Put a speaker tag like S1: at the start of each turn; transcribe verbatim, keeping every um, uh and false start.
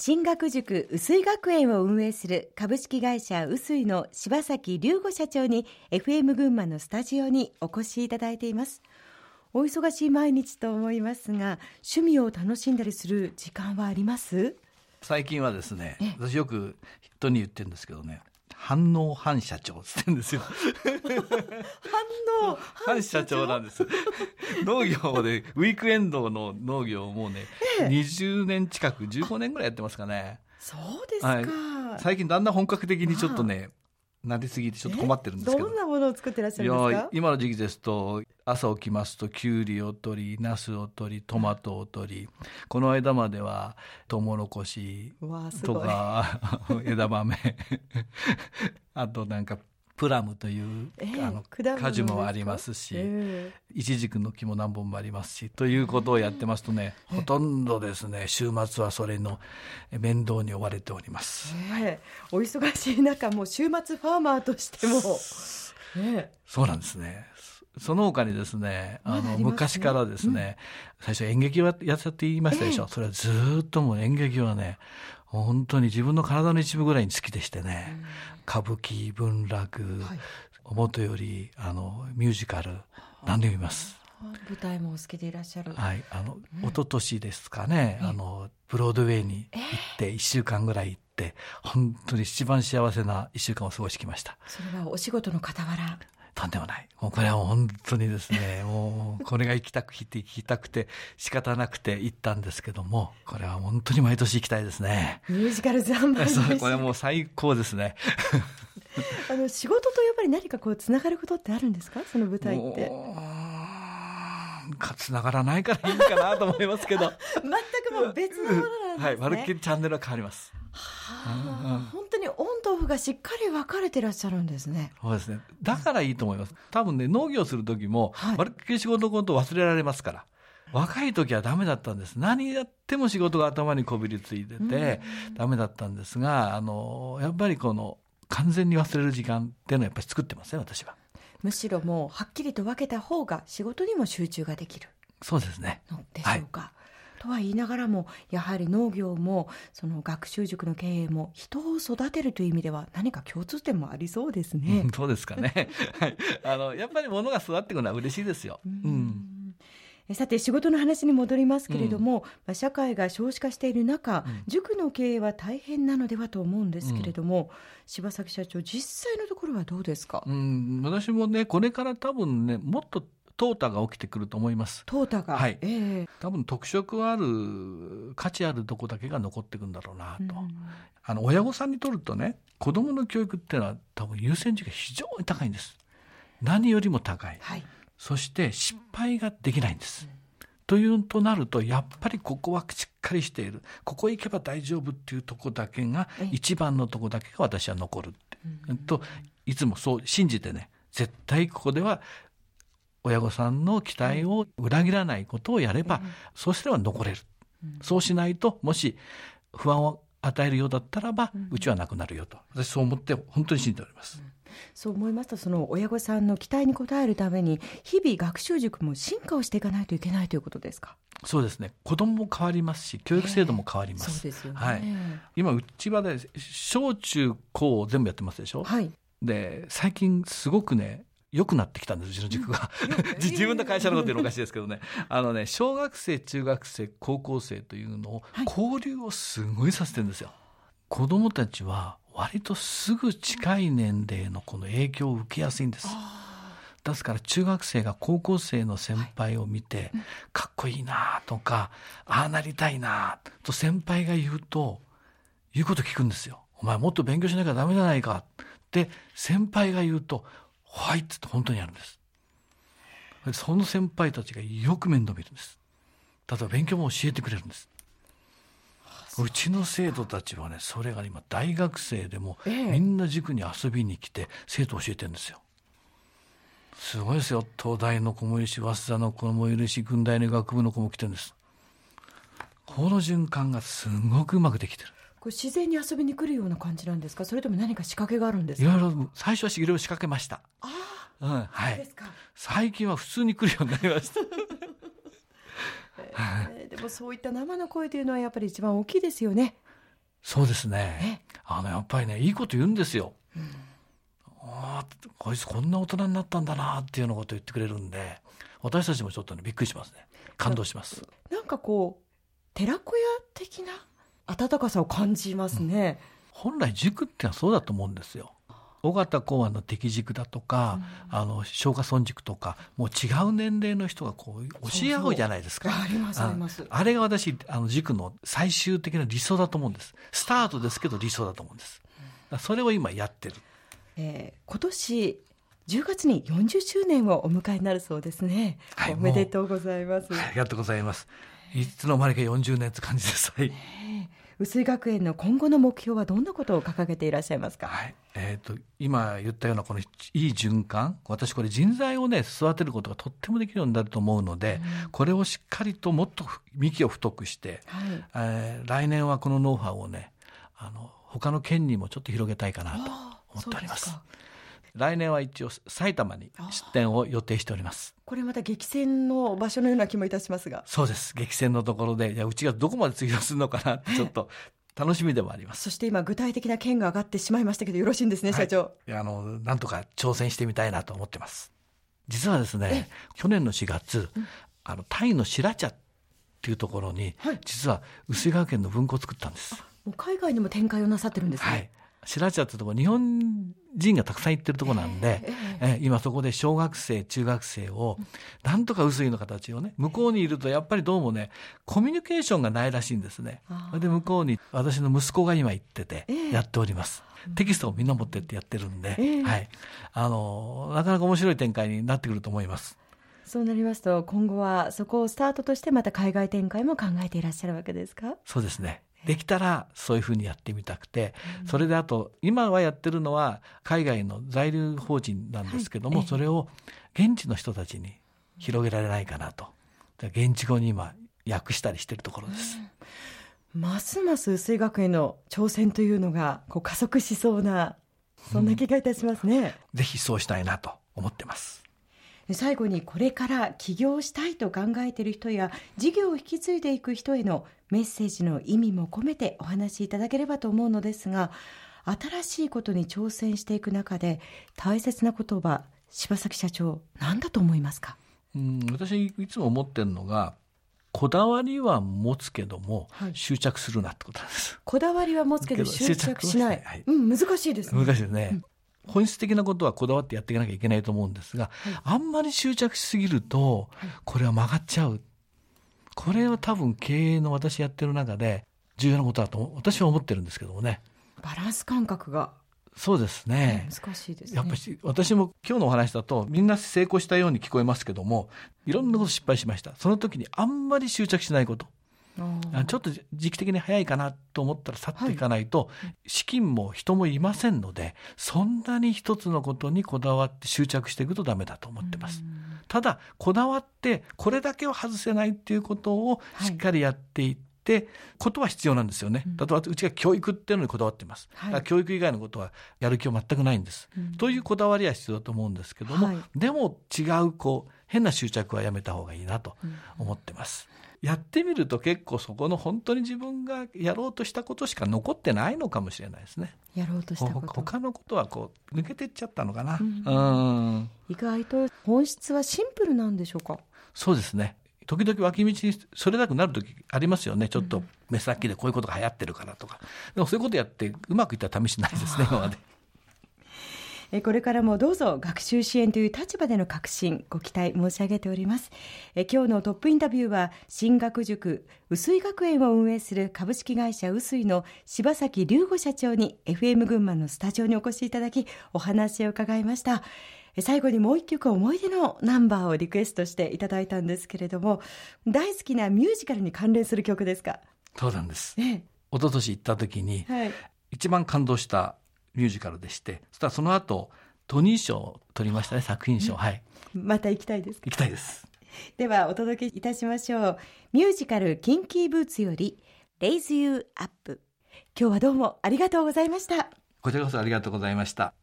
S1: 進学塾うすい学園を運営する株式会社うすいの柴崎龍吾社長に エフエム 群馬のスタジオにお越しいただいています。お忙しい毎日と思いますが、趣味を楽しんだりする時間はあります？
S2: 最近はですね、私よく人に言ってるんですけどね、反応反社長って言ってるんですよ。
S1: 反応
S2: 反社長なんです。農業でウィークエンドの農業をもうね、ええ、にじゅうねん近くじゅうごねんぐらいやってますかね。
S1: そうですか、
S2: はい、最近だんだん本格的にちょっとねなりすぎてちょっと困ってるんですけど。
S1: どんなものを作ってらっしゃるんですか？
S2: いや今の時期ですと朝起きますとキュウリを取り、ナスを取り、トマトを取り、この間まではトウモロコシとか枝豆あとなんかプラムという、えー、あの果樹もありますし、えー、イチジクの木も何本もありますしということをやってますとね、えー、ほとんどですね週末はそれの面倒に追われております、
S1: えー、お忙しい中もう週末ファーマーとしても、
S2: えー、そうなんですね。その他にですね、あの、昔からですね、うん、最初演劇はやってたって言いましたでしょ。えー、それはずっともう演劇はね、本当に自分の体の一部ぐらいに好きでしてね、うん、歌舞伎、文楽、はい、もとより、あの、ミュージカル、何でも見ます。
S1: 舞台もお好きでいらっしゃる。
S2: はい。あの、うん、一昨年ですかね、あの、ブロードウェイに行って、一週間ぐらい行って、えー、本当に一番幸せな一週間を過ごしてきました。
S1: それはお仕事の傍ら？
S2: とんでもない。もうこれはもう本当にですね、もうこれが行きたくて行きたくて仕方なくて行ったんですけども、これは本当に毎年行きたいですね。
S1: ミュージカル三昧です。
S2: これはもう最高ですね。
S1: あの仕事とやっぱり何かこうつながることってあるんですか？その舞台って。
S2: かつながらないからいいかなと思いますけど。
S1: 全くもう別のものなんですね。
S2: はい、まるっきりチャンネルは変わります。
S1: はあ、本当にオンとオフがしっかり分かれてらっしゃるんですね。
S2: そうですね。だからいいと思います。多分ね、農業する時も、はい、まるっきり仕事のこと忘れられますから。若い時はダメだったんです。何やっても仕事が頭にこびりついてて、ダメだったんですが、あの、やっぱりこの、完全に忘れる時間っていうのはやっぱり作ってますね、私は。
S1: むしろもう、はっきりと分けた方が仕事にも集中ができる。
S2: そうですね。
S1: のでしょうか。はい、とは言いながらも、やはり農業も、その学習塾の経営も、人を育てるという意味では何か共通点もありそうですね。
S2: そうですかね。はい。あの、やっぱり物が育ってくるのは嬉しいですよ。うん。うん
S1: さて仕事の話に戻りますけれども、うん、社会が少子化している中、うん、塾の経営は大変なのではと思うんですけれども、うん、柴崎社長、実際のところはどうですか？
S2: うん、私もね、これから多分ね、もっと淘汰が起きてくると思います。
S1: 淘汰が、
S2: はい、えー、多分特色ある価値あるとこだけが残っていくんだろうなと、うん、あの親御さんにとるとね、子供の教育っていうのは多分優先順位が非常に高いんです。何よりも高い、はい、そして失敗ができないんです、うん、というとなるとやっぱりここはしっかりしている、ここへ行けば大丈夫っていうとこだけが、一番のとこだけが私は残るって、うん、といつもそう信じてね、絶対ここでは親御さんの期待を裏切らないことをやれば、はい、そうすれば残れる、うん、そうしないともし不安を与えるようだったらば、うん、うちはなくなるよと、私そう思って本当に信じております、うん、
S1: そう思いますと、その親御さんの期待に応えるために日々学習塾も進化をしていかないといけないということですか？
S2: そうですね。子供も変わりますし、教育制度も変わります、
S1: そうですよね、
S2: はい、今うちはで小中高を全部やってますでしょ、はい、で最近すごくね良くなってきたんです、うちの塾が。自分の会社のこと言うのおかしいですけどね。あのね、小学生、中学生、高校生というのを、交流をすごいさせてるんですよ。はい、子供たちは割とすぐ近い年齢のこの影響を受けやすいんです。ですから中学生が高校生の先輩を見て、はい、かっこいいなとか、ああなりたいなと先輩が言うと、言うこと聞くんですよ。お前もっと勉強しなきゃダメじゃないかって先輩が言うと、はいって言って本当にやるんです。その先輩たちがよく面倒見るんです。例えば勉強も教えてくれるんです。うちの生徒たちはね、それが今大学生でも、ええ、みんな塾に遊びに来て生徒を教えてるんですよ。すごいですよ。東大の子もいるし、早稲田の子もいるし、群大の学部の子も来てるんです。この循環がすごくうまくできてる。
S1: これ自然に遊びに来るような感じなんですか？それとも何か仕掛けがあるんですか？
S2: いろいろ、最初はいろいろ仕掛けました。
S1: ああ、
S2: うん、はい。
S1: そうですか。
S2: 最近は普通に来るようになりました。
S1: えー、でもそういった生の声というのはやっぱり一番大きいですよね。
S2: そうですね。あのやっぱりね、いいこと言うんですよ。うん、あこいつこんな大人になったんだなっていうようなことを言ってくれるんで、私たちもちょっとねびっくりしますね。感動します。
S1: なんかこう寺子屋的な温かさを感じますね。
S2: うん、本来塾ってのはそうだと思うんですよ。尾形考案の敵塾だとか、うん、あの松下村塾とか、もう違う年齢の人がこう教え合うじゃないですか。
S1: そうそう、ありますあります。
S2: あれが私あの塾の最終的な理想だと思うんです。スタートですけど理想だと思うんです。それを今やってる。
S1: えー、今年じゅうがつによんじゅっしゅうねんをお迎えになるそうですね。はい、おめでとうございます。
S2: はい、ありがとうございます。いつの間にかよんじゅうねんって感じです。はい。
S1: 碓井学園の今後の目標はどんなことを掲げていらっしゃいますか。
S2: はい、えーと、今言ったようなこのいい循環、私これ人材をね育てることがとってもできるようになると思うので、うん、これをしっかりともっと幹を太くして、はい、えー、来年はこのノウハウをね、あの他の県にもちょっと広げたいかなと思っております。来年は一応埼玉に出店を予定しております。
S1: これまた激戦の場所のような気もいたしますが。
S2: そうです、激戦のところで、いやうちがどこまで通用するのかなってちょっと楽しみでもあります。
S1: そして今具体的な県が上がってしまいましたけど、よろしいんですね、社長。
S2: はい、いやあのなんとか挑戦してみたいなと思ってます。実はですね、去年のしがつ、うん、あのタイの白茶っていうところに、はい、実は碓井学園の分校を作ったんです。
S1: もう海外にも展開をなさってるんですね。
S2: はい、白茶ってところ日本人がたくさん行ってるところなんで、えーえー、今そこで小学生中学生をなんとか碓井の形をね、向こうにいるとやっぱりどうもねコミュニケーションがないらしいんですね。それで向こうに私の息子が今行っててやっております。えー、テキストをみんな持ってってやってるんで、えーはい、あのなかなか面白い展開になってくると思います。
S1: そうなりますと今後はそこをスタートとしてまた海外展開も考えていらっしゃるわけですか。
S2: そうですね、できたらそういうふうにやってみたくて、うん、それであと今はやってるのは海外の在留邦人なんですけども、はい、それを現地の人たちに広げられないかなと、現地語に今訳したりしているところです。
S1: うん、ますます碓井学園の挑戦というのがこう加速しそうな、そんな気がいたしますね。うん、
S2: ぜひそうしたいなと思ってます。
S1: 最後にこれから起業したいと考えている人や事業を引き継いでいく人へのメッセージの意味も込めてお話しいただければと思うのですが、新しいことに挑戦していく中で大切な言葉、柴崎社長何だと思いますか。
S2: うん、私いつも思ってるのが、こだわりは持つけども、はい、執着するなってことなんです。
S1: こだわりは持つけど執着しない、はい、うん、難しいですね。
S2: 難しいですね。うん、本質的なことはこだわってやっていかなきゃいけないと思うんですが、はい、あんまり執着しすぎるとこれは曲がっちゃう。これは多分経営の私やってる中で重要なことだと私は思ってるんですけどもね。
S1: バランス感覚が。
S2: そうですね、
S1: 難しいですね。
S2: やっぱり私も今日のお話だとみんな成功したように聞こえますけども、いろんなこと失敗しました。その時にあんまり執着しないこと、ちょっと時期的に早いかなと思ったら去っていかないと、はい、資金も人もいませんので、そんなに一つのことにこだわって執着していくとダメだと思ってます。ただこだわってこれだけを外せないっていうことをしっかりやっていって、はい、ことは必要なんですよね。例えばうちが教育っていうのにこだわっています、はい、教育以外のことはやる気は全くないんです、うん、というこだわりは必要だと思うんですけども、はい、でも違うこう変な執着はやめた方がいいなと思ってます、うん、やってみると結構そこの本当に自分がやろうとしたことしか残ってないのかもしれないですね。
S1: やろうとしたこと、
S2: 他のことはこう抜けていっちゃったのかな、うん、
S1: うん、意外と本質はシンプルなんでしょうか。
S2: そうですね、時々脇道にそれなくなる時ありますよね。ちょっと目先でこういうことが流行ってるからとか、でもそういうことやってうまくいったら試しないですね今まで。
S1: これからもどうぞ学習支援という立場での革新ご期待申し上げております。え今日のトップインタビューは進学塾碓井学園を運営する株式会社碓井の柴崎龍吾社長に エフエム 群馬のスタジオにお越しいただきお話を伺いました。最後にもう一曲思い出のナンバーをリクエストしていただいたんですけれども、大好きなミュージカルに関連する曲ですか。
S2: そうなんです、ええ、一昨年行った時に、はい、一番感動したミュージカルでして、そしたらその後トニー賞を取りましたね、作品賞、はい、
S1: また行きたいですか。
S2: 行きたいです。
S1: ではお届けいたしましょう。ミュージカルキンキーブーツより Raise You Up。 今日はどうもありがとうございました。
S2: こちらこそありがとうございました。